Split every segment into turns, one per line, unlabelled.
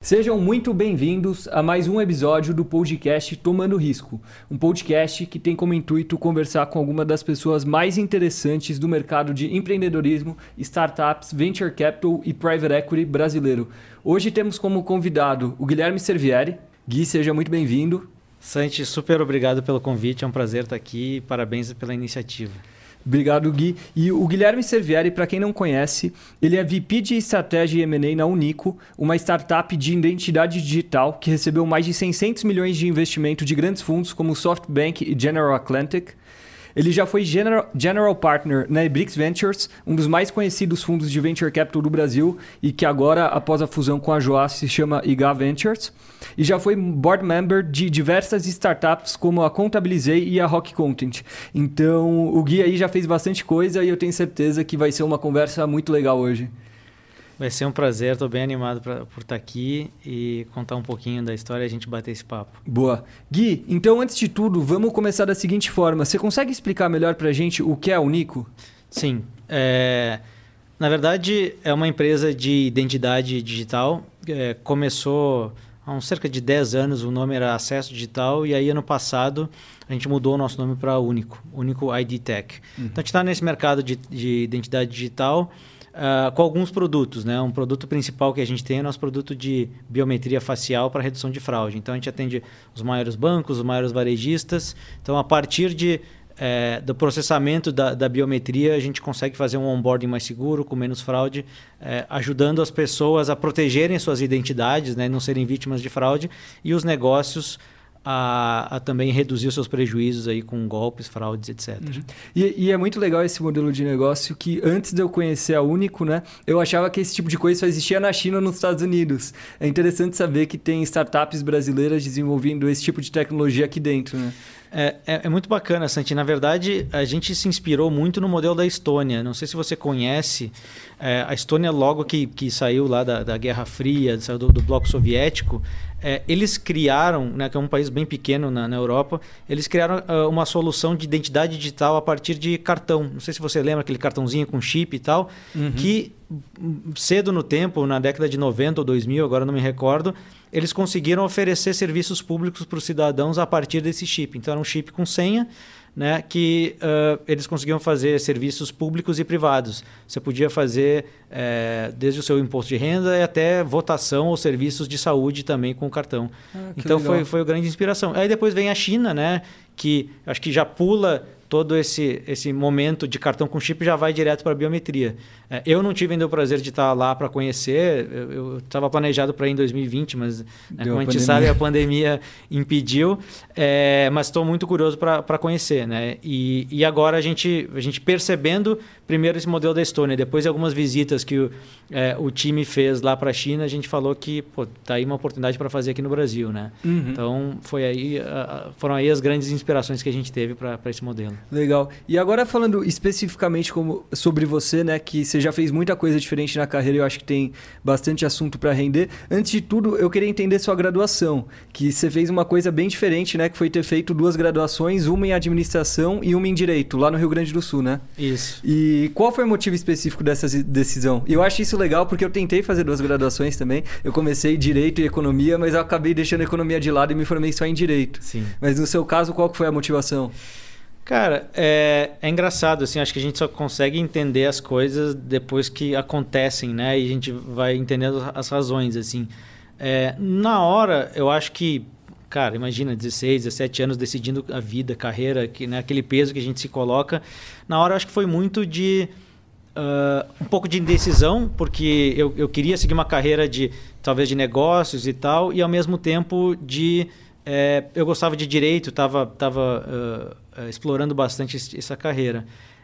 Sejam muito bem-vindos a mais um episódio do podcast Tomando Risco, um podcast que tem como intuito conversar com algumas das pessoas mais interessantes do mercado de empreendedorismo, startups, venture capital e private equity brasileiro. Hoje temos como convidado o Guilherme Servieri. Gui, seja muito bem-vindo.
Santi, super obrigado pelo convite, é um prazer estar aqui e parabéns pela iniciativa.
Obrigado, Gui. E o Guilherme Servieri, para quem não conhece, ele é VP de Estratégia e M&A na Unico, uma startup de identidade digital que recebeu mais de 600 milhões de investimento de grandes fundos como SoftBank e General Atlantic. Ele já foi General Partner na Ebrix Ventures, um dos mais conhecidos fundos de Venture Capital do Brasil e que agora, após a fusão com a Joas, se chama IGA Ventures. E já foi Board Member de diversas startups como a Contabilizei e a Rock Content. Então, o Gui aí já fez bastante coisa e eu tenho certeza que vai ser uma conversa muito legal hoje.
Vai ser um prazer, estou bem animado por estar aqui e contar um pouquinho da história e a gente bater esse papo.
Boa. Gui, então antes de tudo, vamos começar da seguinte forma. Você consegue explicar melhor para a gente o que é a Unico?
Sim. Na verdade, é uma empresa de identidade digital. Começou há uns cerca de 10 anos, o nome era Acesso Digital, e aí ano passado a gente mudou o nosso nome para Unico ID Tech. Então a gente está nesse mercado de identidade digital, com alguns produtos, né? Um produto principal que a gente tem é o nosso produto de biometria facial para redução de fraude. Então, a gente atende os maiores bancos, os maiores varejistas. Então, a partir do processamento da biometria, a gente consegue fazer um onboarding mais seguro, com menos fraude, ajudando as pessoas a protegerem suas identidades, né? Não serem vítimas de fraude, e os negócios a também reduzir os seus prejuízos aí com golpes, fraudes, etc.
E é muito legal esse modelo de negócio que antes de eu conhecer a Unico, né, eu achava que esse tipo de coisa só existia na China ou nos Estados Unidos. É interessante saber que tem startups brasileiras desenvolvendo esse tipo de tecnologia aqui dentro, né?
É muito bacana, Santi. Na verdade, a gente se inspirou muito no modelo da Estônia. Não sei se você conhece. A Estônia, logo que saiu lá da Guerra Fria, saiu do bloco soviético, eles criaram, né, que é um país bem pequeno na Europa, eles criaram uma solução de identidade digital a partir de cartão. Não sei se você lembra aquele cartãozinho com chip e tal, que cedo no tempo, na década de 90 ou 2000, agora não me recordo, eles conseguiram oferecer serviços públicos para os cidadãos a partir desse chip. Então, era um chip com senha, né, que eles conseguiam fazer serviços públicos e privados. Você podia fazer desde o seu imposto de renda e até votação ou serviços de saúde também com o cartão. Então, foi a grande inspiração. Aí depois vem a China, né, que acho que já pula todo esse momento de cartão com chip, já vai direto para a biometria. Eu não tive ainda o prazer de estar lá para conhecer, eu estava planejado para ir em 2020, mas como a gente sabe, a pandemia impediu, mas estou muito curioso para conhecer, né? E agora a gente percebendo primeiro esse modelo da Estônia, depois de algumas visitas que o time fez lá para a China, a gente falou que está aí uma oportunidade para fazer aqui no Brasil, né? Então foram aí as grandes inspirações que a gente teve para esse modelo.
Legal. E agora falando especificamente sobre você, né, que você já fez muita coisa diferente na carreira, eu acho que tem bastante assunto para render. Antes de tudo, eu queria entender sua graduação, que você fez uma coisa bem diferente, né, que foi ter feito 2 graduações, uma em administração e uma em direito, lá no Rio Grande do Sul, né?
Isso.
E qual foi o motivo específico dessa decisão? E eu acho isso legal porque eu tentei fazer 2 graduações também. Eu comecei direito e economia, mas eu acabei deixando a economia de lado e me formei só em direito.
Sim.
Mas no seu caso, qual que foi a motivação?
Cara, é engraçado, assim, acho que a gente só consegue entender as coisas depois que acontecem, né? E a gente vai entendendo as razões, assim. Na hora, eu acho que, cara, imagina, 16, 17 anos decidindo a vida, carreira, né, aquele peso que a gente se coloca. Na hora, eu acho que foi muito de um pouco de indecisão, porque eu queria seguir uma carreira talvez de negócios e tal, e ao mesmo tempo eu gostava de direito, estava explorando bastante essa carreira.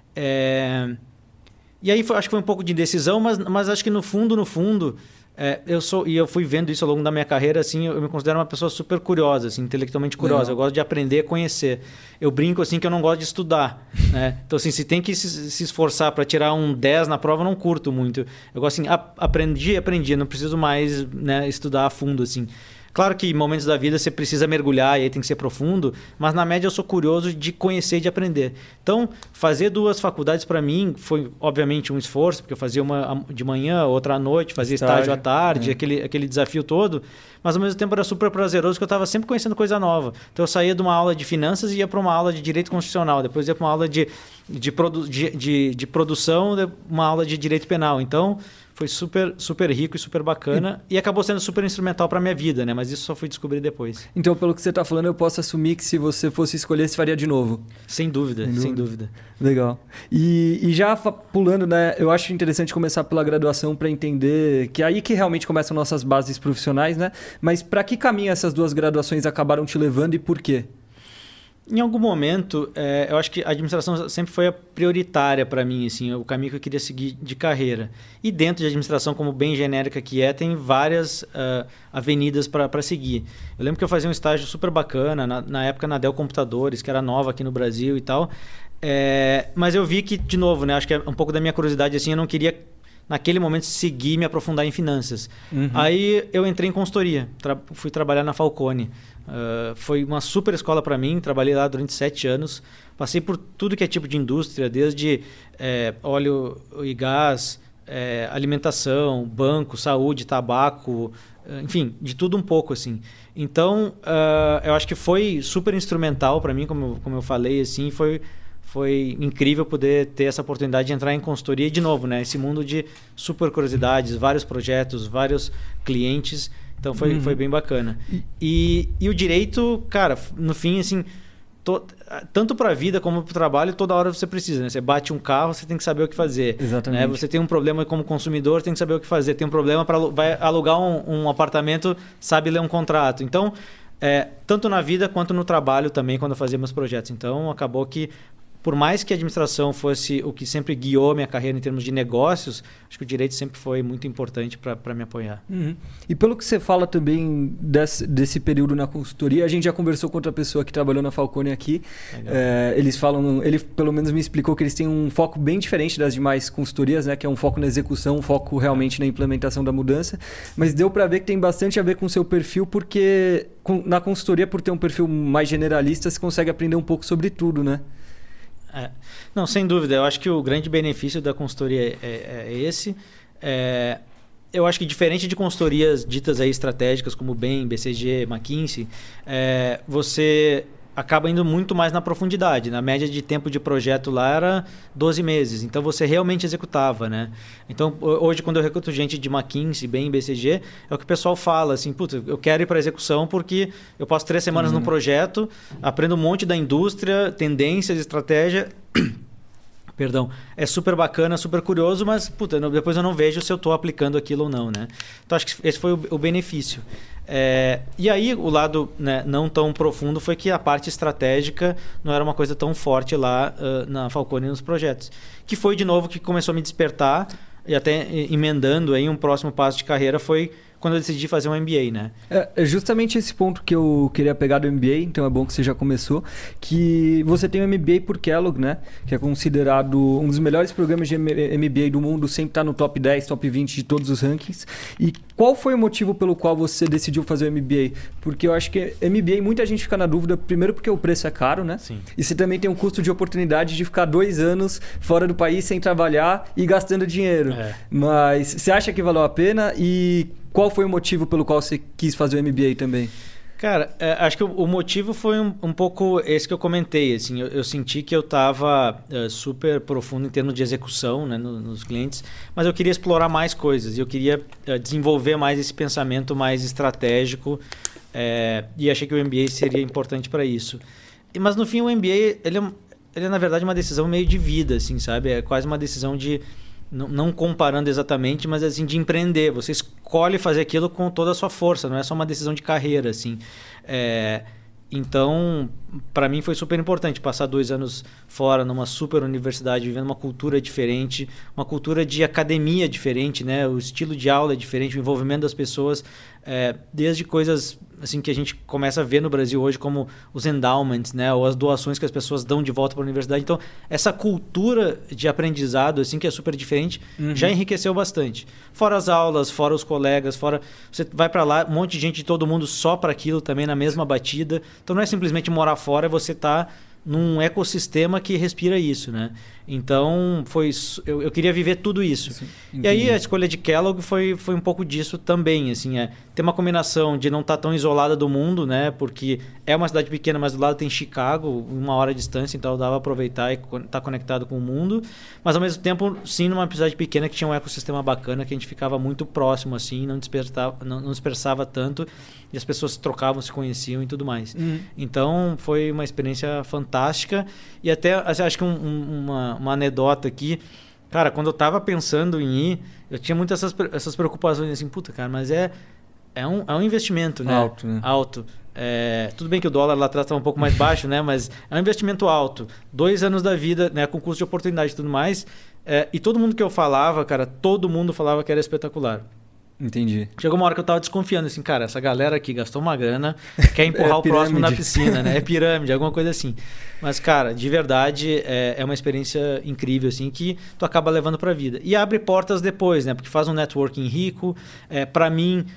E aí acho que foi um pouco de indecisão, mas acho que no fundo, eu fui vendo isso ao longo da minha carreira, assim, eu me considero uma pessoa super curiosa, assim, intelectualmente curiosa. Eu gosto de aprender, conhecer. Eu brinco assim que eu não gosto de estudar, né? Então, assim, se tem que se esforçar para tirar um 10 na prova, eu não curto muito. Eu gosto assim, aprendi, não preciso mais, né, estudar a fundo, assim. Claro que em momentos da vida você precisa mergulhar e aí tem que ser profundo, mas na média eu sou curioso de conhecer e de aprender. Então, fazer 2 faculdades para mim foi, obviamente, um esforço, porque eu fazia uma de manhã, outra à noite, fazia estágio à tarde, aquele desafio todo, mas ao mesmo tempo era super prazeroso, porque eu estava sempre conhecendo coisa nova. Então, eu saía de uma aula de finanças e ia para uma aula de direito constitucional, depois ia para uma aula de produção, uma aula de direito penal. Então, foi super, super rico e super bacana e acabou sendo super instrumental para minha vida, né? Mas isso só fui descobrir depois.
Então, pelo que você está falando, eu posso assumir que se você fosse escolher, você faria de novo.
Sem dúvida, sem dúvida.
Legal. E já pulando, né? Eu acho interessante começar pela graduação para entender que é aí que realmente começam nossas bases profissionais, né? Mas para que caminho essas 2 graduações acabaram te levando e por quê?
Em algum momento, eu acho que a administração sempre foi a prioritária para mim, assim, o caminho que eu queria seguir de carreira. E dentro de administração, como bem genérica que tem várias avenidas para seguir. Eu lembro que eu fazia um estágio super bacana, na época na Dell Computadores, que era nova aqui no Brasil e tal. Mas eu vi que, de novo, né, acho que é um pouco da minha curiosidade, assim, eu não queria, naquele momento, seguir e me aprofundar em finanças. Aí eu entrei em consultoria, fui trabalhar na Falcone. Foi uma super escola para mim, trabalhei lá durante 7 anos, passei por tudo que é tipo de indústria, desde óleo e gás, alimentação, banco, saúde, tabaco, enfim, de tudo um pouco assim. Então, eu acho que foi super instrumental para mim, como eu falei, assim, foi incrível poder ter essa oportunidade de entrar em consultoria de novo, né? Esse mundo de super curiosidades, vários projetos, vários clientes. Então foi bem bacana. E o direito, cara, no fim, assim, tanto para a vida como para o trabalho, toda hora você precisa, né? Você bate um carro, você tem que saber o que fazer.
Exatamente.
Né? Você tem um problema como consumidor, tem que saber o que fazer. Tem um problema vai alugar um apartamento, sabe ler um contrato. Então, tanto na vida quanto no trabalho também, quando eu fazia meus projetos. Então, acabou que, por mais que a administração fosse o que sempre guiou minha carreira em termos de negócios, acho que o direito sempre foi muito importante para me apoiar.
E pelo que você fala também desse período na consultoria, a gente já conversou com outra pessoa que trabalhou na Falcone aqui. Eles falam, ele pelo menos me explicou que eles têm um foco bem diferente das demais consultorias, né? Que é um foco na execução, um foco realmente na implementação da mudança. Mas deu para ver que tem bastante a ver com o seu perfil, porque na consultoria, por ter um perfil mais generalista, você consegue aprender um pouco sobre tudo, né?
Não, sem dúvida. Eu acho que o grande benefício da consultoria é esse. Eu acho que diferente de consultorias ditas aí estratégicas como Bain, BCG, McKinsey, você acaba indo muito mais na profundidade. Na média de tempo de projeto lá era 12 meses. Então, você realmente executava, né? Então, hoje, quando eu recruto gente de McKinsey, Bain, BCG, é o que o pessoal fala, assim, puta, eu quero ir para execução porque eu passo 3 semanas no projeto, aprendo um monte da indústria, tendências, estratégia... Perdão, é super bacana, super curioso, mas puta, depois eu não vejo se eu estou aplicando aquilo ou não, né? Então, acho que esse foi o benefício. E aí, o lado, né, não tão profundo foi que a parte estratégica não era uma coisa tão forte lá na Falcone nos projetos. Que foi, de novo, que começou a me despertar e até emendando aí um próximo passo de carreira foi quando eu decidi fazer um MBA, né?
É justamente esse ponto que eu queria pegar do MBA, então é bom que você já começou, que você tem o MBA por Kellogg, né? Que é considerado um dos melhores programas de MBA do mundo, sempre está no top 10, top 20 de todos os rankings. E qual foi o motivo pelo qual você decidiu fazer o MBA? Porque eu acho que MBA, muita gente fica na dúvida, primeiro porque o preço é caro, né?
Sim.
E você também tem um custo de oportunidade de ficar 2 anos fora do país sem trabalhar e gastando dinheiro. Mas você acha que valeu a pena? E qual foi o motivo pelo qual você quis fazer o MBA também?
Cara, acho que o motivo foi um pouco esse que eu comentei. Assim, eu senti que eu estava super profundo em termos de execução, né, nos clientes, mas eu queria explorar mais coisas. Eu queria desenvolver mais esse pensamento mais estratégico e achei que o MBA seria importante para isso. Mas, no fim, o MBA ele é, na verdade, uma decisão meio de vida, assim, sabe? É quase uma decisão de... Não comparando exatamente, mas assim, de empreender. Você escolhe fazer aquilo com toda a sua força, não é só uma decisão de carreira, assim. Então, para mim foi super importante passar 2 anos fora numa super universidade, vivendo uma cultura diferente, uma cultura de academia diferente, né? O estilo de aula é diferente, o envolvimento das pessoas, desde coisas assim que a gente começa a ver no Brasil hoje, como os endowments, né? Ou as doações que as pessoas dão de volta para a universidade. Então, essa cultura de aprendizado, assim, que é super diferente, já enriqueceu bastante. Fora as aulas, fora os colegas, fora... Você vai para lá, um monte de gente de todo mundo só para aquilo também, na mesma batida. Então, não é simplesmente morar fora, é você estar num ecossistema que respira isso, né? Então, eu queria viver tudo isso. E aí, a escolha de Kellogg foi um pouco disso também, assim, ter uma combinação de não estar tão isolada do mundo, né? Porque é uma cidade pequena, mas do lado tem Chicago, 1 hora de distância, então dava para aproveitar e estar conectado com o mundo. Mas, ao mesmo tempo, sim, numa cidade pequena que tinha um ecossistema bacana, que a gente ficava muito próximo, assim, não dispersava tanto, e as pessoas trocavam, se conheciam e tudo mais. Então, foi uma experiência fantástica. E até, acho que uma anedota aqui, cara, quando eu tava pensando em ir, eu tinha muitas essas preocupações, assim, puta, cara, mas é um investimento, né?
Alto, né?
Alto. Tudo bem que o dólar lá atrás estava um pouco mais baixo, né? Mas é um investimento alto. 2 anos da vida, né? Com custo de oportunidade e tudo mais. E todo mundo que eu falava, cara, todo mundo falava que era espetacular.
Entendi.
Chegou uma hora que eu tava desconfiando, assim, cara, essa galera aqui gastou uma grana, quer empurrar o próximo na piscina, né? É pirâmide, alguma coisa assim. Mas, cara, de verdade, é uma experiência incrível, assim, que tu acaba levando pra vida. E abre portas depois, né? Porque faz um networking rico. Pra mim,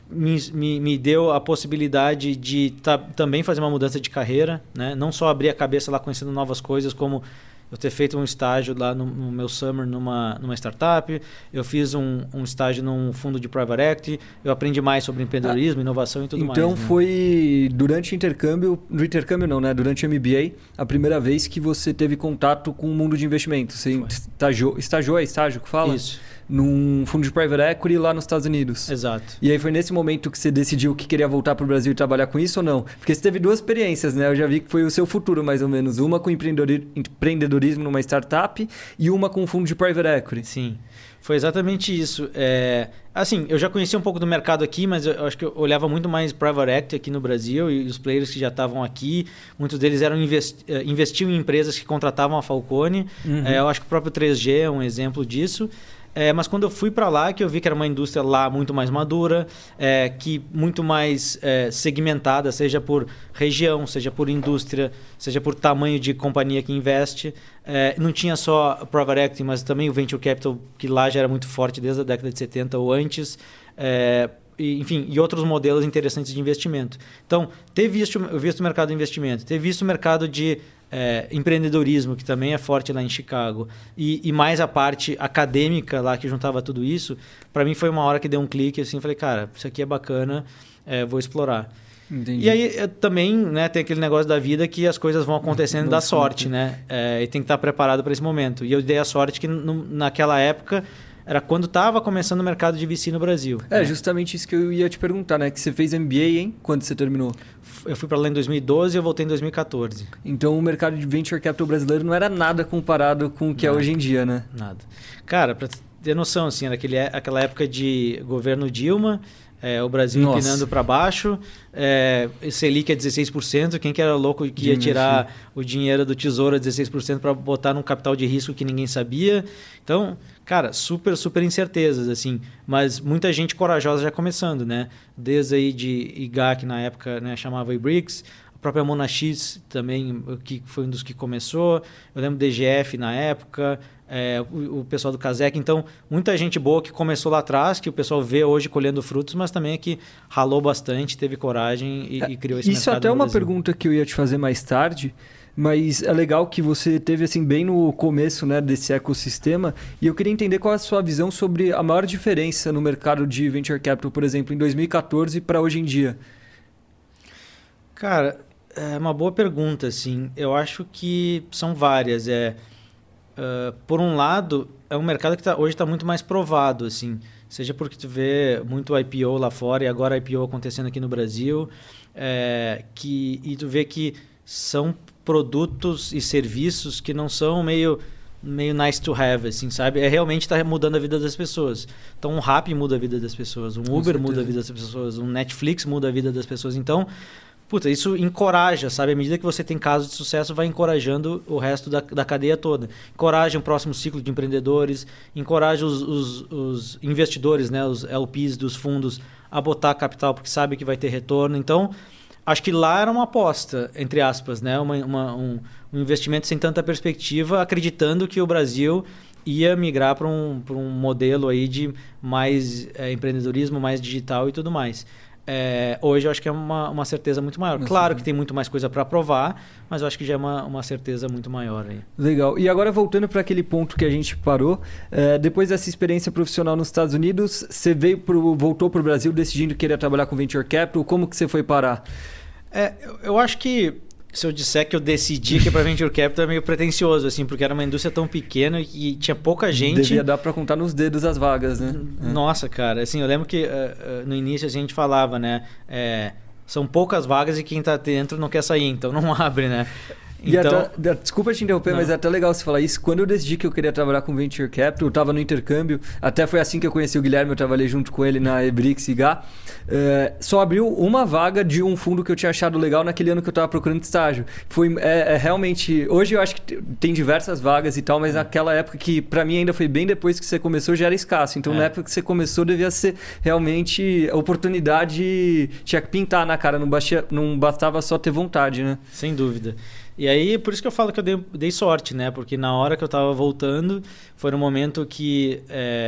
me deu a possibilidade de também fazer uma mudança de carreira, né? Não só abrir a cabeça lá conhecendo novas coisas, como... eu ter feito um estágio lá no meu summer numa startup, eu fiz um estágio num fundo de private equity, eu aprendi mais sobre empreendedorismo, inovação e tudo mais.
Então
né?
foi durante o intercâmbio, durante o MBA, a primeira vez que você teve contato com o mundo de investimentos. Você estagiou, é estágio que fala?
Isso.
Num fundo de private equity lá nos Estados Unidos.
Exato.
E aí foi nesse momento que você decidiu que queria voltar para o Brasil e trabalhar com isso ou não? Porque você teve 2 experiências, né? Eu já vi que foi o seu futuro, mais ou menos. Uma com empreendedorismo numa startup e uma com um fundo de private equity.
Sim, foi exatamente isso. Assim, eu já conhecia um pouco do mercado aqui, mas eu acho que eu olhava muito mais private equity aqui no Brasil e os players que já estavam aqui, muitos deles investiam em empresas que contratavam a Falcone. Eu acho que o próprio 3G é um exemplo disso. Mas quando eu fui para lá, que eu vi que era uma indústria lá muito mais madura, que muito mais segmentada, seja por região, seja por indústria, seja por tamanho de companhia que investe. Não tinha só private equity, mas também o venture capital, que lá já era muito forte desde a década de 70 ou antes. E outros modelos interessantes de investimento. Então, ter visto o mercado de investimento, ter visto o mercado de empreendedorismo, que também é forte lá em Chicago, e mais a parte acadêmica lá que juntava tudo isso, para mim foi uma hora que deu um clique, assim, falei, cara, isso aqui é bacana, vou explorar.
Entendi.
E aí também, né, tem aquele negócio da vida que as coisas vão acontecendo da sorte, né? E tem que estar preparado para esse momento. E eu dei a sorte que naquela época era quando estava começando o mercado de VC no Brasil.
Justamente isso que eu ia te perguntar, né? Que você fez MBA, hein? Quando você terminou?
Eu fui para lá em 2012 e eu voltei em 2014.
Então o mercado de venture capital brasileiro não era nada comparado com o que é hoje em dia, né?
Nada. Cara, para ter noção, assim, era aquela época de governo Dilma, o Brasil empinando para baixo, Selic é 16%, quem que era louco que ia tirar o dinheiro do tesouro a 16% para botar num capital de risco que ninguém sabia. Então, cara, super, super incertezas, assim, mas muita gente corajosa já começando, né? Desde aí de IGA, que na época, né, chamava IBRICS, a própria Monax também, que foi um dos que começou, eu lembro do DGF na época, o pessoal do Kazek. Então, muita gente boa que começou lá atrás, que o pessoal vê hoje colhendo frutos, mas também é que ralou bastante, teve coragem e criou esse mercado.
Isso até é uma pergunta que eu ia te fazer mais tarde, mas é legal que você teve assim bem no começo, né, desse ecossistema, e eu queria entender qual é a sua visão sobre a maior diferença no mercado de venture capital, por exemplo, em 2014 para hoje em dia.
Cara, é uma boa pergunta, assim. Eu acho que são várias. Por um lado, é um mercado que hoje está muito mais provado, assim. Seja porque tu vê muito IPO lá fora e agora IPO acontecendo aqui no Brasil, e tu vê que são produtos e serviços que não são meio nice to have, assim, sabe? Realmente está mudando a vida das pessoas. Então, um Rappi muda a vida das pessoas, um Uber muda a vida das pessoas, um Netflix muda a vida das pessoas. Então, Puta, isso encoraja, sabe? À medida que você tem casos de sucesso, vai encorajando o resto da cadeia toda. Encoraja um próximo ciclo de empreendedores, encoraja os investidores, né? Os LPs dos fundos a botar capital porque sabe que vai ter retorno. Então, acho que lá era uma aposta, entre aspas, né? Um investimento sem tanta perspectiva, acreditando que o Brasil ia migrar para um modelo aí de mais empreendedorismo, mais digital e tudo mais. Hoje eu acho que é uma certeza muito maior. Claro que tem muito mais coisa para provar, mas eu acho que já é uma certeza muito maior aí.
Legal. E agora voltando para aquele ponto que a gente parou, depois dessa experiência profissional nos Estados Unidos, você voltou para o Brasil decidindo que queria trabalhar com Venture Capital. Como que você foi parar?
Eu acho que se eu disser que eu decidi que para Venture Capital é meio pretencioso, assim, porque era uma indústria tão pequena e tinha pouca gente.
Devia dar para contar nos dedos as vagas, né?
Nossa, cara, assim, eu lembro que no início assim, a gente falava, né? São poucas vagas e quem está dentro não quer sair, então não abre, né?
Então, desculpa te interromper, mas é até legal você falar isso. Quando eu decidi que eu queria trabalhar com Venture Capital, eu estava no intercâmbio, até foi assim que eu conheci o Guilherme, eu trabalhei junto com ele na Ebrix IGA. Só abriu uma vaga de um fundo que eu tinha achado legal naquele ano que eu estava procurando estágio. Realmente, hoje eu acho que tem diversas vagas e tal, mas naquela época que para mim ainda foi bem depois que você começou, já era escasso. Então na época que você começou devia ser realmente a oportunidade, tinha que pintar na cara, não bastava só ter vontade, né?
Sem dúvida. E aí, por isso que eu falo que eu dei sorte, né? Porque na hora que eu estava voltando, foi no momento que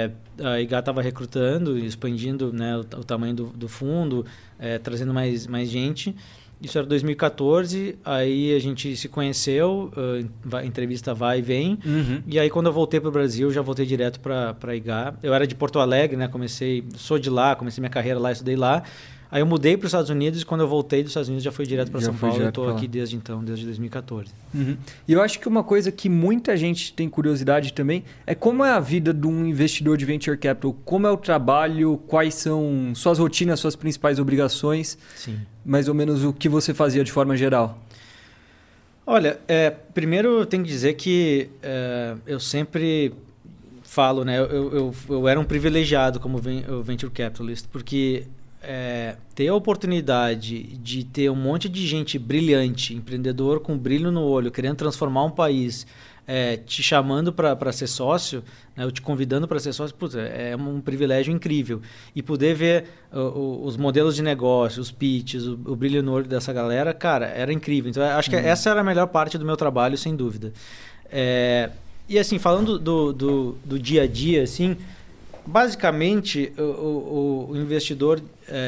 a IGA estava recrutando, expandindo, né, o tamanho do fundo, trazendo mais gente. Isso era 2014, aí a gente se conheceu, a entrevista vai e vem.
Uhum.
E aí, quando eu voltei para o Brasil, já voltei direto para a IGA. Eu era de Porto Alegre, né? Sou de lá, comecei minha carreira lá, estudei lá. Aí eu mudei para os Estados Unidos e quando eu voltei dos Estados Unidos já fui direto para São Paulo. Eu estou aqui desde então, desde 2014.
Uhum. E eu acho que uma coisa que muita gente tem curiosidade também é como é a vida de um investidor de Venture Capital. Como é o trabalho, quais são suas rotinas, suas principais obrigações.
Sim. Mais
ou menos o que você fazia de forma geral.
Olha, primeiro eu tenho que dizer que eu sempre falo, né? Eu era um privilegiado como Venture Capitalist, porque ter a oportunidade de ter um monte de gente brilhante, empreendedor com brilho no olho, querendo transformar um país, te chamando para ser sócio, né, ou te convidando para ser sócio, puta, é um privilégio incrível. E poder ver os modelos de negócio, os pitches, o brilho no olho dessa galera, cara, era incrível. Então, acho que essa era a melhor parte do meu trabalho, sem dúvida. E assim, falando do dia a dia, assim, basicamente, o investidor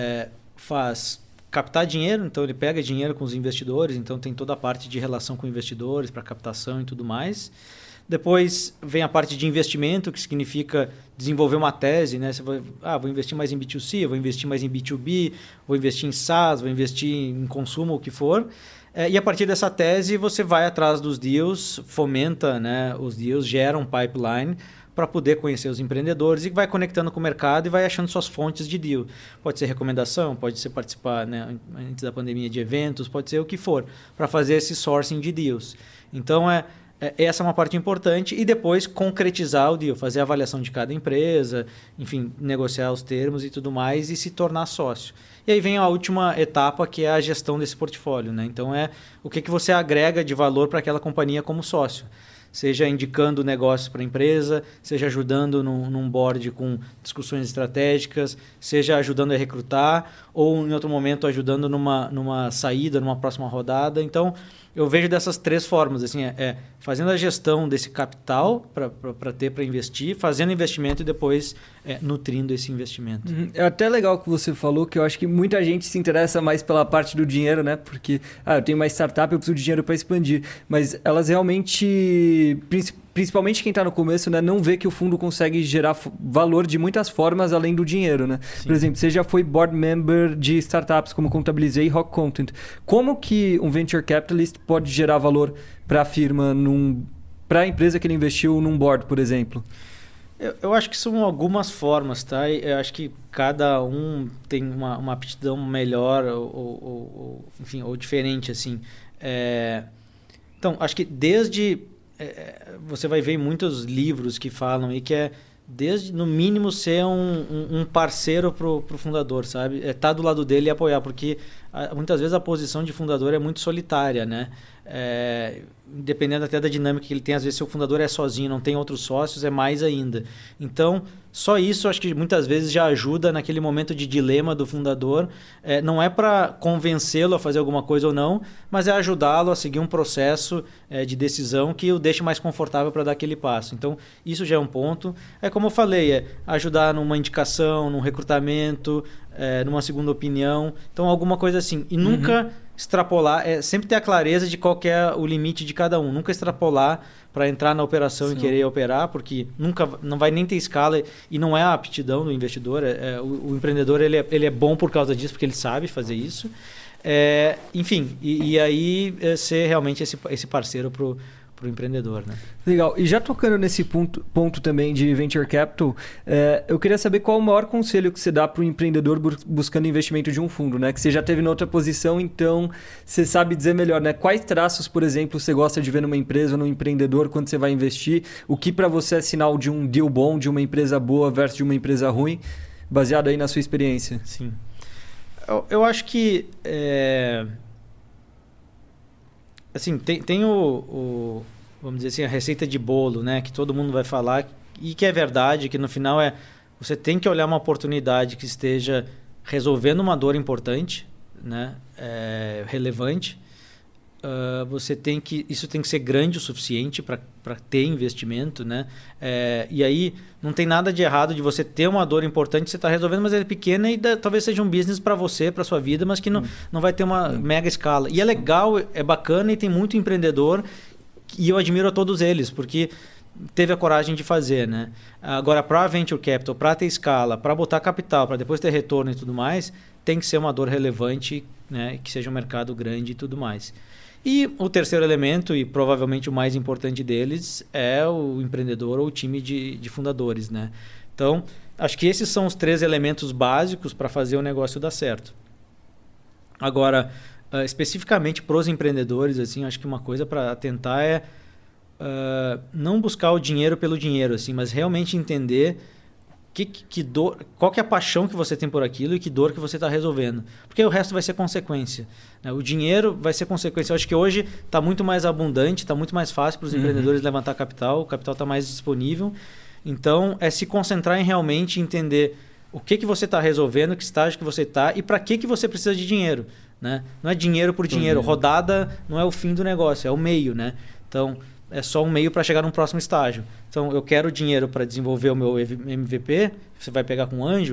faz captar dinheiro, então ele pega dinheiro com os investidores, então tem toda a parte de relação com investidores para captação e tudo mais. Depois vem a parte de investimento, que significa desenvolver uma tese, né? Você vai, vou investir mais em B2C, vou investir mais em B2B, vou investir em SaaS, vou investir em consumo, o que for. E a partir dessa tese você vai atrás dos deals, fomenta, né, os deals, gera um pipeline para poder conhecer os empreendedores e vai conectando com o mercado e vai achando suas fontes de deal. Pode ser recomendação, pode ser participar, né, antes da pandemia de eventos, pode ser o que for, para fazer esse sourcing de deals. Então, essa é uma parte importante e depois concretizar o deal, fazer a avaliação de cada empresa, enfim, negociar os termos e tudo mais e se tornar sócio. E aí vem a última etapa, que é a gestão desse portfólio, né? Então, o que você agrega de valor para aquela companhia como sócio. Seja indicando negócios para a empresa, seja ajudando num board com discussões estratégicas, seja ajudando a recrutar ou, em outro momento, ajudando numa saída, numa próxima rodada. Então, eu vejo dessas três formas, assim, fazendo a gestão desse capital para investir, fazendo investimento e depois nutrindo esse investimento.
É até legal que você falou, que eu acho que muita gente se interessa mais pela parte do dinheiro, né? Porque eu tenho uma startup, eu preciso de dinheiro para expandir. Mas elas realmente, principalmente quem está no começo, né, não vê que o fundo consegue gerar valor de muitas formas além do dinheiro, né? Sim. Por exemplo, você já foi board member de startups como Contabilizei e Rock Content. Como que um venture capitalist pode gerar valor para a firma, para a empresa que ele investiu num board, por exemplo?
Eu acho que são algumas formas, tá? Eu acho que cada um tem uma aptidão melhor enfim, ou diferente, assim. Então, acho que desde... você vai ver muitos livros que falam aí que desde, no mínimo, ser um parceiro para o fundador, sabe? Estar do lado dele e apoiar, porque muitas vezes a posição de fundador é muito solitária, né? Dependendo até da dinâmica que ele tem, às vezes se o fundador é sozinho, não tem outros sócios, é mais ainda. Então, só isso acho que muitas vezes já ajuda naquele momento de dilema do fundador. Não é para convencê-lo a fazer alguma coisa ou não, mas é ajudá-lo a seguir um processo de decisão que o deixe mais confortável para dar aquele passo. Então, isso já é um ponto. Como eu falei, ajudar numa indicação, num recrutamento, numa segunda opinião. Então, alguma coisa assim. E nunca extrapolar, sempre ter a clareza de qual que é o limite de cada um. Nunca extrapolar para entrar na operação e querer operar, porque não vai nem ter escala e não é a aptidão do investidor. O empreendedor ele é bom por causa disso, porque ele sabe fazer isso. Enfim, e aí ser realmente esse parceiro para o empreendedor, né?
Legal. E já tocando nesse ponto também de Venture Capital, eu queria saber qual o maior conselho que você dá para o empreendedor buscando investimento de um fundo, né? Que você já teve na outra posição, então você sabe dizer melhor, né? Quais traços, por exemplo, você gosta de ver numa empresa ou num empreendedor quando você vai investir? O que para você é sinal de um deal bom, de uma empresa boa versus de uma empresa ruim, baseado aí na sua experiência?
Sim. Eu acho que... assim, tem vamos dizer assim, a receita de bolo, né, que todo mundo vai falar e que é verdade, que no final você tem que olhar uma oportunidade que esteja resolvendo uma dor importante, né, relevante. Isso tem que ser grande o suficiente para ter investimento, né? E aí não tem nada de errado de você ter uma dor importante que você está resolvendo, mas ela é pequena e talvez seja um business para você, para sua vida, mas que não vai ter uma mega escala. E é legal, é bacana e tem muito empreendedor e eu admiro a todos eles, porque teve a coragem de fazer, né? Agora, para Venture Capital, para ter escala, para botar capital, para depois ter retorno e tudo mais, tem que ser uma dor relevante, né? Que seja um mercado grande e tudo mais. E o terceiro elemento, e provavelmente o mais importante deles, é o empreendedor ou o time de fundadores, né? Então, acho que esses são os 3 elementos básicos para fazer o negócio dar certo. Agora, especificamente para os empreendedores, assim, acho que uma coisa para atentar é não buscar o dinheiro pelo dinheiro, assim, mas realmente entender qual que é a paixão que você tem por aquilo e que dor que você está resolvendo. Porque o resto vai ser consequência, né? O dinheiro vai ser consequência. Eu acho que hoje está muito mais abundante, está muito mais fácil para os empreendedores levantar capital, o capital está mais disponível. Então, se concentrar em realmente entender o que você está resolvendo, que estágio que você está e para que você precisa de dinheiro, né? Não é dinheiro por dinheiro. Rodada não é o fim do negócio, é o meio, né? Então, é só um meio para chegar num próximo estágio. Então, eu quero dinheiro para desenvolver o meu MVP, você vai pegar com um anjo,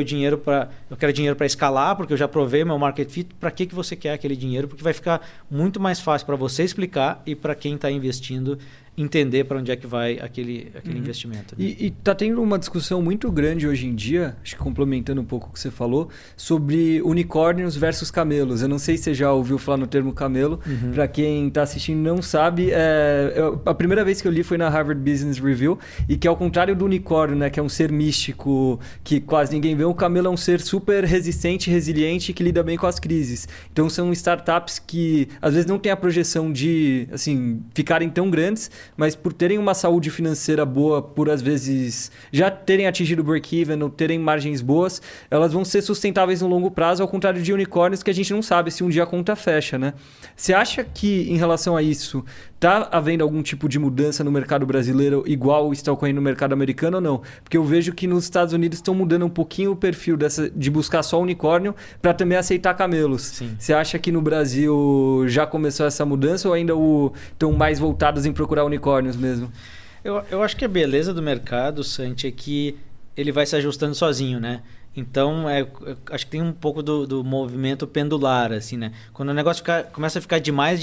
eu quero dinheiro para escalar, porque eu já provei o meu market fit. Para que você quer aquele dinheiro? Porque vai ficar muito mais fácil para você explicar e para quem está investindo entender para onde é que vai aquele investimento. Né?
E está tendo uma discussão muito grande hoje em dia, acho que complementando um pouco o que você falou, sobre unicórnios versus camelos. Eu não sei se você já ouviu falar no termo camelo. Para quem está assistindo e não sabe, a primeira vez que eu li foi na Harvard Business Review, e que ao contrário do unicórnio, né, que é um ser místico que quase ninguém vê, o camelo é um ser super resistente, resiliente, que lida bem com as crises. Então são startups que às vezes não têm a projeção de ficarem tão grandes, mas por terem uma saúde financeira boa, por às vezes já terem atingido o break-even ou terem margens boas, elas vão ser sustentáveis no longo prazo, ao contrário de unicórnios que a gente não sabe se um dia a conta fecha, né? Você acha que em relação a isso está havendo algum tipo de mudança no mercado brasileiro igual está ocorrendo no mercado americano ou não? Porque eu vejo que nos Estados Unidos estão mudando um pouquinho o perfil de buscar só unicórnio para também aceitar camelos.
Sim.
Você acha que no Brasil já começou essa mudança ou ainda estão mais voltados em procurar unicórnios mesmo?
Eu acho que a beleza do mercado, Santi, é que ele vai se ajustando sozinho, né? Então, acho que tem um pouco do movimento pendular, assim, né? Quando o negócio começa a ficar demais,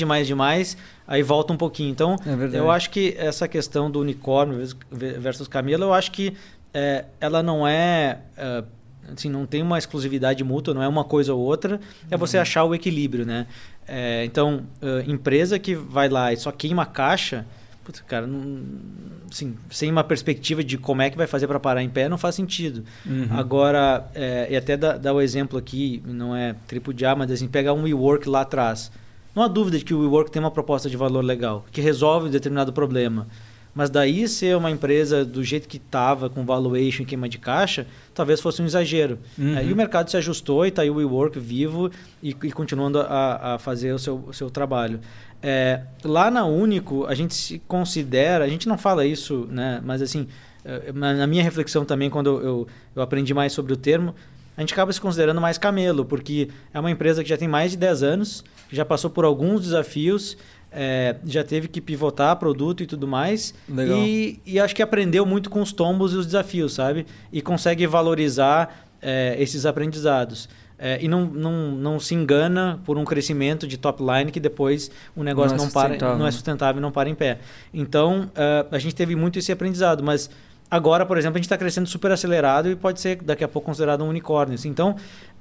aí volta um pouquinho. Então, eu acho que essa questão do unicórnio versus camelo, eu acho que ela não é... assim, não tem uma exclusividade mútua, não é uma coisa ou outra, é você achar o equilíbrio, né? Então, empresa que vai lá e só queima a caixa... Putz, cara, assim, sem uma perspectiva de como é que vai fazer para parar em pé, não faz sentido. Agora, e até dar o exemplo aqui, não é tripudiar, mas assim, pegar um WeWork lá atrás. Não há dúvida de que o WeWork tem uma proposta de valor legal, que resolve um determinado problema. Mas daí ser uma empresa do jeito que estava, com valuation e queima de caixa, talvez fosse um exagero. E o mercado se ajustou e está aí o WeWork vivo e continuando a fazer o seu trabalho. Lá na Único, a gente se considera, a gente não fala isso, né? Mas assim, na minha reflexão também, quando eu aprendi mais sobre o termo, a gente acaba se considerando mais camelo, porque é uma empresa que já tem mais de 10 anos, já passou por alguns desafios, já teve que pivotar produto e tudo mais.
Legal.
E acho que aprendeu muito com os tombos e os desafios, sabe? E consegue valorizar esses aprendizados. E não se engana por um crescimento de top line que depois o negócio não é sustentável e não para em pé. Então, a gente teve muito esse aprendizado, mas agora, por exemplo, a gente está crescendo super acelerado e pode ser daqui a pouco considerado um unicórnio. Assim. Então,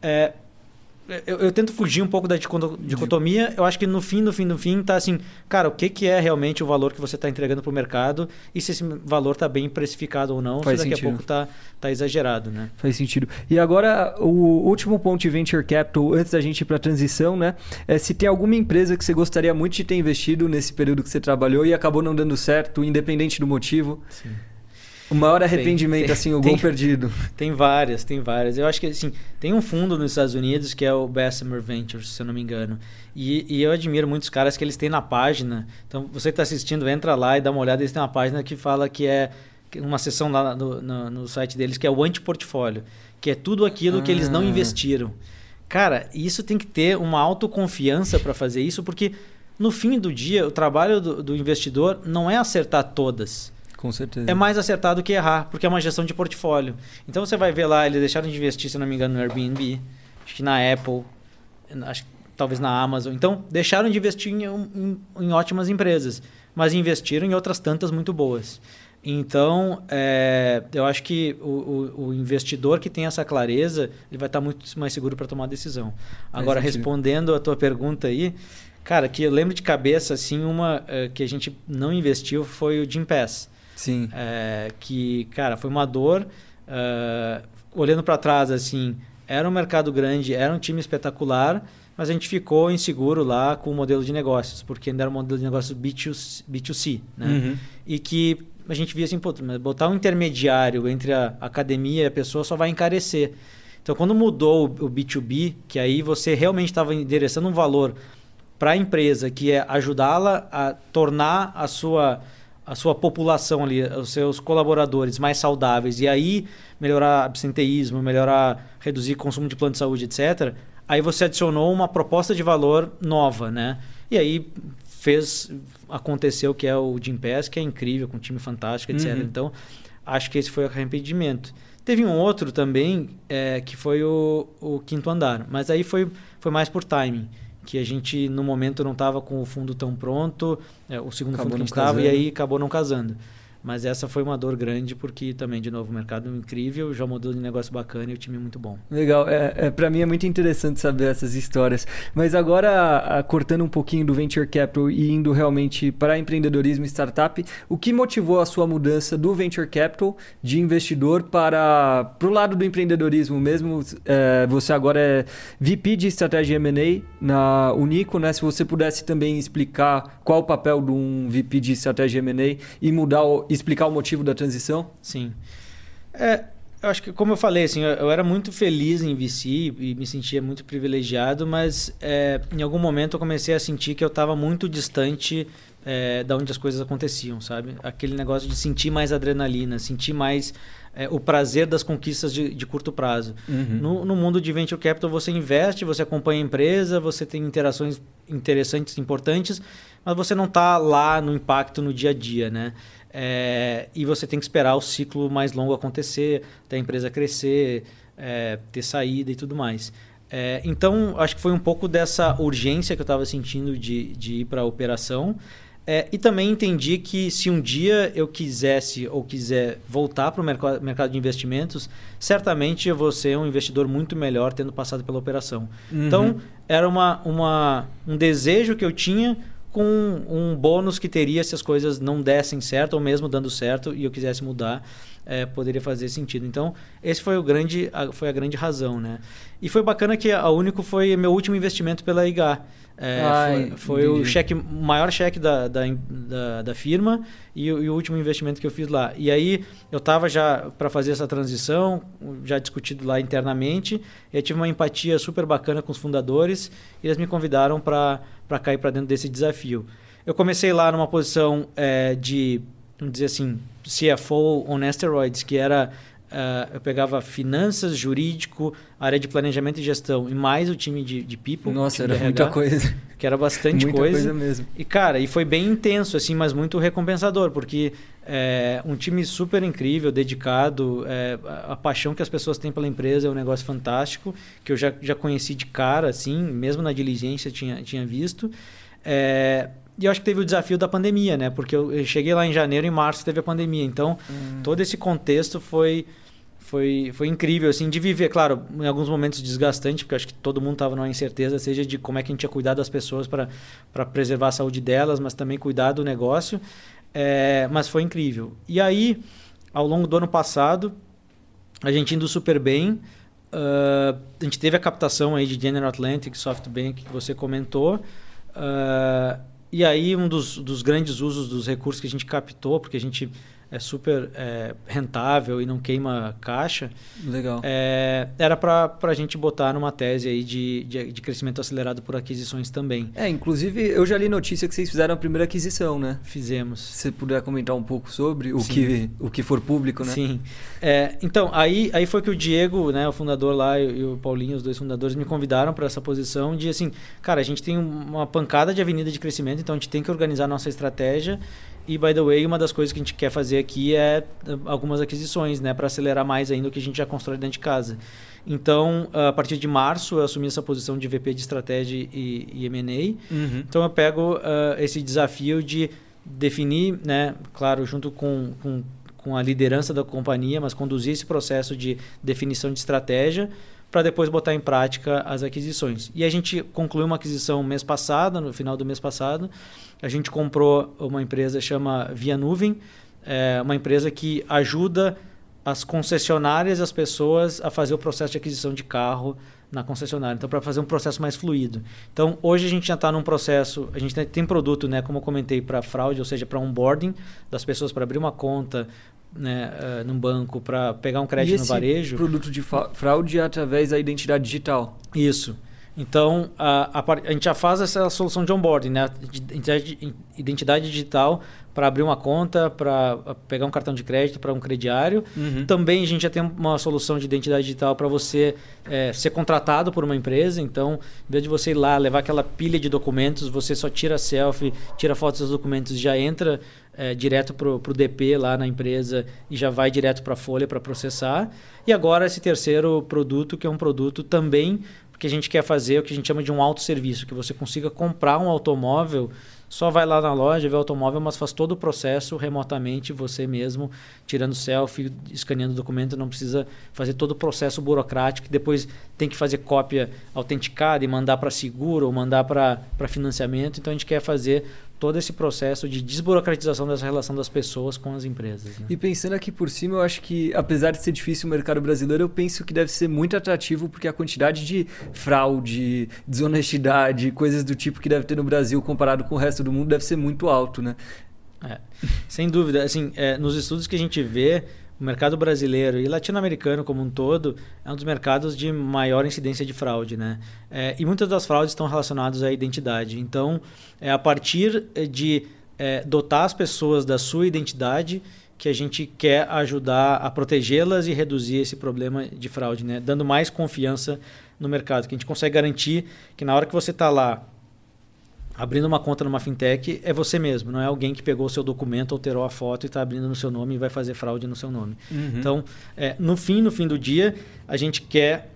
eu tento fugir um pouco da dicotomia. Eu acho que no fim está assim, cara, o que é realmente o valor que você está entregando para o mercado e se esse valor está bem precificado ou não, se daqui a pouco está exagerado, né?
Faz sentido. E agora, o último ponto de Venture Capital, antes da gente ir para a transição, né? Se tem alguma empresa que você gostaria muito de ter investido nesse período que você trabalhou e acabou não dando certo, independente do motivo.
Sim.
O maior arrependimento, o gol perdido.
Tem várias. Eu acho que assim, tem um fundo nos Estados Unidos que é o Bessemer Ventures, se eu não me engano. E eu admiro muitos caras que eles têm na página. Então, você que está assistindo, entra lá e dá uma olhada. Eles têm uma página que fala que é uma seção lá no site deles que é o anti-portfólio, que é tudo aquilo que eles não investiram. Cara, isso tem que ter uma autoconfiança para fazer isso, porque no fim do dia, o trabalho do investidor não é acertar todas.
Com certeza.
É mais acertado que errar, porque é uma gestão de portfólio. Então você vai ver lá, eles deixaram de investir, se não me engano, no Airbnb, acho que na Apple, acho que talvez na Amazon. Então, deixaram de investir em ótimas empresas, mas investiram em outras tantas muito boas. Então, eu acho que o investidor que tem essa clareza, ele vai estar muito mais seguro para tomar a decisão. Agora, respondendo a tua pergunta aí, cara, que eu lembro de cabeça, assim, uma que a gente não investiu foi o Gympass.
Sim.
Que, cara, foi uma dor. Olhando para trás, assim, era um mercado grande, era um time espetacular, mas a gente ficou inseguro lá com o modelo de negócios, porque ainda era um modelo de negócios B2C, né? E que a gente via assim, botar um intermediário entre a academia e a pessoa só vai encarecer. Então, quando mudou o B2B, que aí você realmente estava endereçando um valor para a empresa, que é ajudá-la a tornar a sua população ali, os seus colaboradores mais saudáveis, e aí melhorar absenteísmo, reduzir consumo de plano de saúde, etc. Aí você adicionou uma proposta de valor nova, né? E aí aconteceu que é o Gympass, que é incrível, com um time fantástico, etc. Então, acho que esse foi o arrependimento. Teve um outro também, que foi o Quinto Andar, mas aí foi mais por timing, que a gente, no momento, não estava com o fundo tão pronto, o segundo fundo que a gente estava, e aí acabou não casando. Mas essa foi uma dor grande, porque também, de novo, o mercado incrível, já um modelo de negócio bacana e o time muito bom.
Legal. Para mim é muito interessante saber essas histórias. Mas agora, cortando um pouquinho do Venture Capital e indo realmente para empreendedorismo e startup, o que motivou a sua mudança do Venture Capital de investidor para o lado do empreendedorismo mesmo? Você agora é VP de Estratégia M&A na Único, né? Se você pudesse também explicar qual o papel de um VP de Estratégia M&A e explicar o motivo da transição?
Sim. Eu acho que, como eu falei, assim, eu era muito feliz em VC e me sentia muito privilegiado, mas em algum momento eu comecei a sentir que eu estava muito distante da onde as coisas aconteciam, sabe? Aquele negócio de sentir mais adrenalina, sentir mais o prazer das conquistas de curto prazo. No mundo de Venture Capital, você investe, você acompanha a empresa, você tem interações interessantes, importantes, mas você não está lá no impacto no dia a dia, né? E você tem que esperar o ciclo mais longo acontecer, até a empresa crescer, ter saída e tudo mais. Então, acho que foi um pouco dessa urgência que eu estava sentindo de ir para a operação. E também entendi que se um dia eu quisesse ou quiser voltar para o mercado de investimentos, certamente eu vou ser um investidor muito melhor tendo passado pela operação. Então, era um desejo que eu tinha, com um bônus que teria se as coisas não dessem certo, ou mesmo dando certo, e eu quisesse mudar, poderia fazer sentido. Então, esse foi a grande razão, né? E foi bacana que a Único foi meu último investimento pela IGA. Foi o maior cheque da firma e o último investimento que eu fiz lá. E aí eu estava já para fazer essa transição, já discutido lá internamente, e eu tive uma empatia super bacana com os fundadores e eles me convidaram para cair para dentro desse desafio. Eu comecei lá numa posição de, vamos dizer assim, CFO on steroids, que era... eu pegava finanças, jurídico, área de planejamento e gestão e mais o time de people.
Nossa, era muita coisa.
Que era bastante
muita coisa mesmo.
E, cara, foi bem intenso, assim, mas muito recompensador, porque um time super incrível, dedicado, a paixão que as pessoas têm pela empresa é um negócio fantástico, que eu já conheci de cara, assim, mesmo na diligência tinha visto. E eu acho que teve o desafio da pandemia, né? Porque eu cheguei lá em janeiro e em março teve a pandemia. Então, todo esse contexto foi incrível, assim, de viver. Claro, em alguns momentos desgastante, porque eu acho que todo mundo estava numa incerteza, seja de como é que a gente ia cuidar das pessoas para preservar a saúde delas, mas também cuidar do negócio. Mas foi incrível. E aí, ao longo do ano passado, a gente indo super bem, a gente teve a captação aí de General Atlantic, SoftBank, que você comentou. E aí, um dos grandes usos dos recursos que a gente captou, porque a gente é super rentável e não queima caixa.
Legal.
Era para a gente botar numa tese aí de crescimento acelerado por aquisições também.
Inclusive, eu já li notícia que vocês fizeram a primeira aquisição, né?
Fizemos.
Se você puder comentar um pouco sobre o que for público, né?
Sim. Então, aí foi que o Diego, né, o fundador lá, e o Paulinho, os dois fundadores, me convidaram para essa posição de, assim, cara, a gente tem uma pancada de avenida de crescimento, então a gente tem que organizar a nossa estratégia. E, by the way, uma das coisas que a gente quer fazer aqui é algumas aquisições, né, para acelerar mais ainda o que a gente já constrói dentro de casa. Então, a partir de março, eu assumi essa posição de VP de Estratégia e M&A.
Uhum.
Então, eu pego esse desafio de definir, né, claro, junto com a liderança da companhia, mas conduzir esse processo de definição de estratégia para depois botar em prática as aquisições. E a gente concluiu uma aquisição mês passado, no final do mês passado. A gente comprou uma empresa que chama Via Nuvem, uma empresa que ajuda as concessionárias e as pessoas a fazer o processo de aquisição de carro na concessionária. Então, para fazer um processo mais fluido. Então, hoje a gente já está num processo, a gente tem produto, né, como eu comentei, para fraude, ou seja, para onboarding das pessoas para abrir uma conta, né, num banco, para pegar um crédito no varejo.
Produto de fraude através da identidade digital.
Isso. Então, a gente já faz essa solução de onboarding, né? Identidade digital para abrir uma conta, para pegar um cartão de crédito para um crediário.
Uhum.
Também a gente já tem uma solução de identidade digital para você ser contratado por uma empresa. Então, em vez de você ir lá, levar aquela pilha de documentos, você só tira selfie, tira fotos dos documentos, já entra direto para o DP lá na empresa e já vai direto para a folha para processar. E agora esse terceiro produto, que é um produto também que a gente quer fazer, o que a gente chama de um autosserviço, que você consiga comprar um automóvel, só vai lá na loja, vê o automóvel, mas faz todo o processo remotamente, você mesmo, tirando selfie, escaneando o documento, não precisa fazer todo o processo burocrático, que depois tem que fazer cópia autenticada e mandar para seguro ou mandar para financiamento. Então a gente quer fazer todo esse processo de desburocratização dessa relação das pessoas com as empresas. Né?
E pensando aqui por cima, eu acho que, apesar de ser difícil o mercado brasileiro, eu penso que deve ser muito atrativo, porque a quantidade de fraude, desonestidade, coisas do tipo que deve ter no Brasil comparado com o resto do mundo deve ser muito alto, né?
Sem dúvida. Assim, nos estudos que a gente vê, o mercado brasileiro e latino-americano como um todo é um dos mercados de maior incidência de fraude, né? E muitas das fraudes estão relacionadas à identidade. Então, a partir de dotar as pessoas da sua identidade que a gente quer ajudar a protegê-las e reduzir esse problema de fraude, né? Dando mais confiança no mercado, que a gente consegue garantir que na hora que você está lá abrindo uma conta numa fintech, é você mesmo, não é alguém que pegou o seu documento, alterou a foto e está abrindo no seu nome e vai fazer fraude no seu nome.
Uhum.
Então, no fim do dia, a gente quer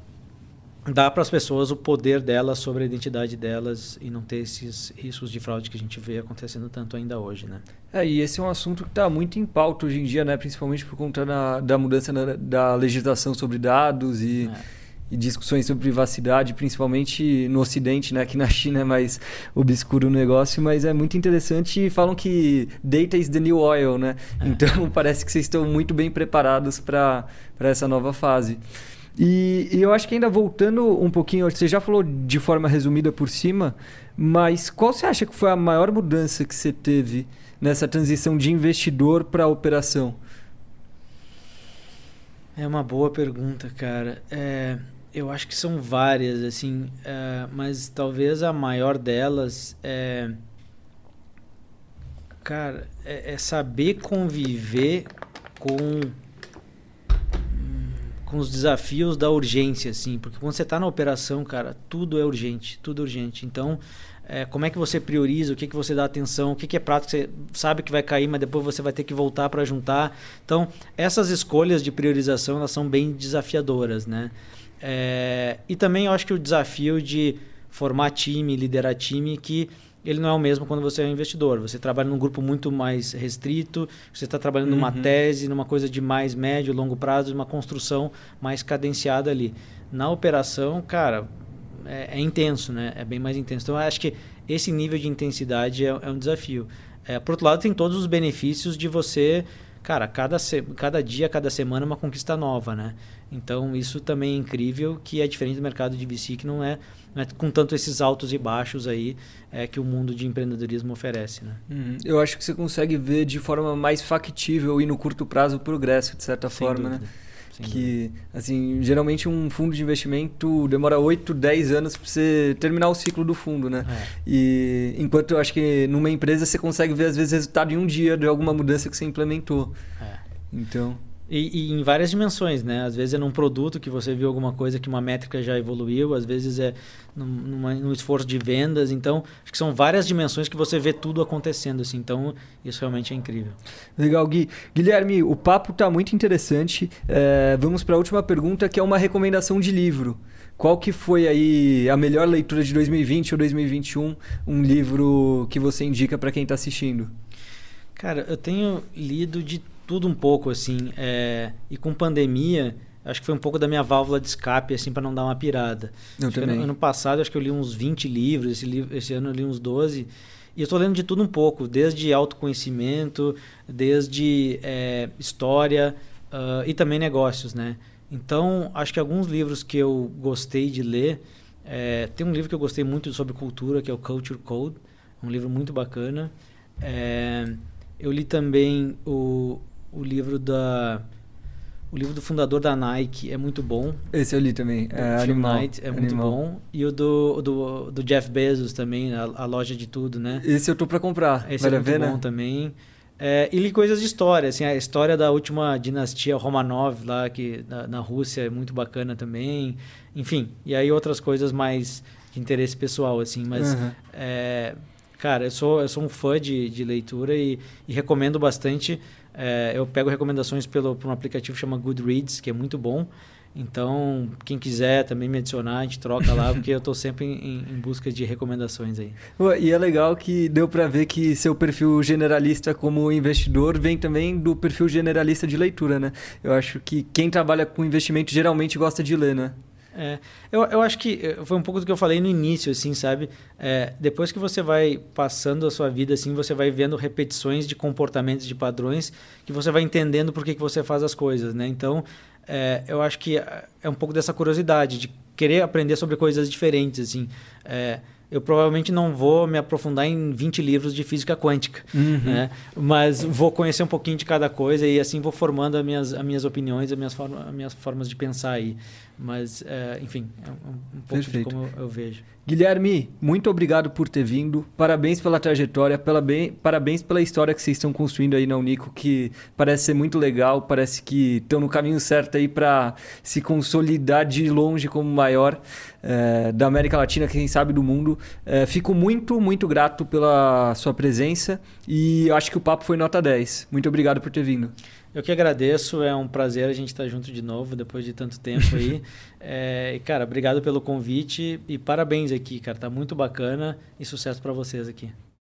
dar para as pessoas o poder delas sobre a identidade delas e não ter esses riscos de fraude que a gente vê acontecendo tanto ainda hoje, né?
E esse é um assunto que está muito em pauta hoje em dia, né? Principalmente por conta da mudança da legislação sobre dados e discussões sobre privacidade, principalmente no Ocidente, né? Aqui na China é mais obscuro o negócio, mas é muito interessante e falam que data is the new oil, né? Então parece que vocês estão muito bem preparados para essa nova fase. E eu acho que ainda voltando um pouquinho, você já falou de forma resumida por cima, mas qual você acha que foi a maior mudança que você teve nessa transição de investidor para operação?
É uma boa pergunta, cara. Eu acho que são várias, assim, mas talvez a maior delas cara, é saber conviver com os desafios da urgência, assim, porque quando você está na operação, cara, tudo é urgente, tudo é urgente. Então, como é que você prioriza, o que você dá atenção, o que é prato que você sabe que vai cair, mas depois você vai ter que voltar para juntar. Então, essas escolhas de priorização, elas são bem desafiadoras, né? E também eu acho que o desafio de formar time, liderar time, que ele não é o mesmo quando você é um investidor. Você trabalha num grupo muito mais restrito, você está trabalhando numa tese, numa coisa de mais médio, longo prazo, uma construção mais cadenciada ali. Na operação, cara, é intenso, né? É bem mais intenso. Então, eu acho que esse nível de intensidade é um desafio. Por outro lado, tem todos os benefícios de você... Cara, cada dia, cada semana é uma conquista nova, né? Então, isso também é incrível, que é diferente do mercado de VC, que não é com tanto esses altos e baixos aí que o mundo de empreendedorismo oferece, né?
Eu acho que você consegue ver de forma mais factível e no curto prazo o progresso, de certa forma,
dúvida.
né? Que, assim, geralmente um fundo de investimento demora 8, 10 anos para você terminar o ciclo do fundo, né? E enquanto eu acho que numa empresa você consegue ver, às vezes, resultado em um dia de alguma mudança que você implementou. Então...
E em várias dimensões, né? Às vezes é num produto que você viu alguma coisa que uma métrica já evoluiu, às vezes é num esforço de vendas. Então, acho que são várias dimensões que você vê tudo acontecendo, assim. Então, isso realmente é incrível.
Legal, Gui. Guilherme, o papo está muito interessante. Vamos para a última pergunta, que é uma recomendação de livro. Qual que foi aí a melhor leitura de 2020 ou 2021? Um livro que você indica para quem está assistindo?
Cara, eu tenho lido de tudo um pouco, assim, e com pandemia, acho que foi um pouco da minha válvula de escape, assim, para não dar uma pirada.
Eu também.
Ano passado, acho que eu li uns 20 livros, esse ano eu li uns 12, e eu estou lendo de tudo um pouco, desde autoconhecimento, desde história e também negócios, né? Então, acho que alguns livros que eu gostei de ler, tem um livro que eu gostei muito sobre cultura, que é o Culture Code, um livro muito bacana. Eu li também o livro do fundador da Nike, é muito bom.
Esse eu li também,
Animal. Night, muito bom. E o do Jeff Bezos também, a loja de tudo, né?
Esse eu tô para comprar.
Esse é muito bom também. E li coisas de história, assim, a história da última dinastia Romanov lá na Rússia é muito bacana também. Enfim, e aí outras coisas mais de interesse pessoal, assim, mas... Cara, eu sou um fã de leitura e recomendo bastante. Eu pego recomendações por um aplicativo que chama Goodreads, que é muito bom. Então, quem quiser também me adicionar, a gente troca lá, porque eu estou sempre em busca de recomendações aí.
E é legal que deu para ver que seu perfil generalista como investidor vem também do perfil generalista de leitura, né? Eu acho que quem trabalha com investimento geralmente gosta de ler, né?
Eu acho que foi um pouco do que eu falei no início, assim, sabe? Depois que você vai passando a sua vida, assim, você vai vendo repetições de comportamentos, de padrões, que você vai entendendo por que você faz as coisas, né? Então, eu acho que é um pouco dessa curiosidade, de querer aprender sobre coisas diferentes, assim. Eu provavelmente não vou me aprofundar em 20 livros de física quântica, né? Mas vou conhecer um pouquinho de cada coisa e assim vou formando as minhas opiniões, as minhas formas de pensar aí. Mas, enfim, é um pouco
Perfeito.
de como eu vejo.
Guilherme, muito obrigado por ter vindo. Parabéns pela trajetória, parabéns pela história que vocês estão construindo aí na Unico, que parece ser muito legal, parece que estão no caminho certo aí para se consolidar de longe como o maior da América Latina, quem sabe do mundo. Fico muito, muito grato pela sua presença e acho que o papo foi nota 10. Muito obrigado por ter vindo.
Eu que agradeço, é um prazer a gente estar junto de novo depois de tanto tempo aí. Cara, obrigado pelo convite e parabéns aqui, cara, tá muito bacana e sucesso para vocês aqui.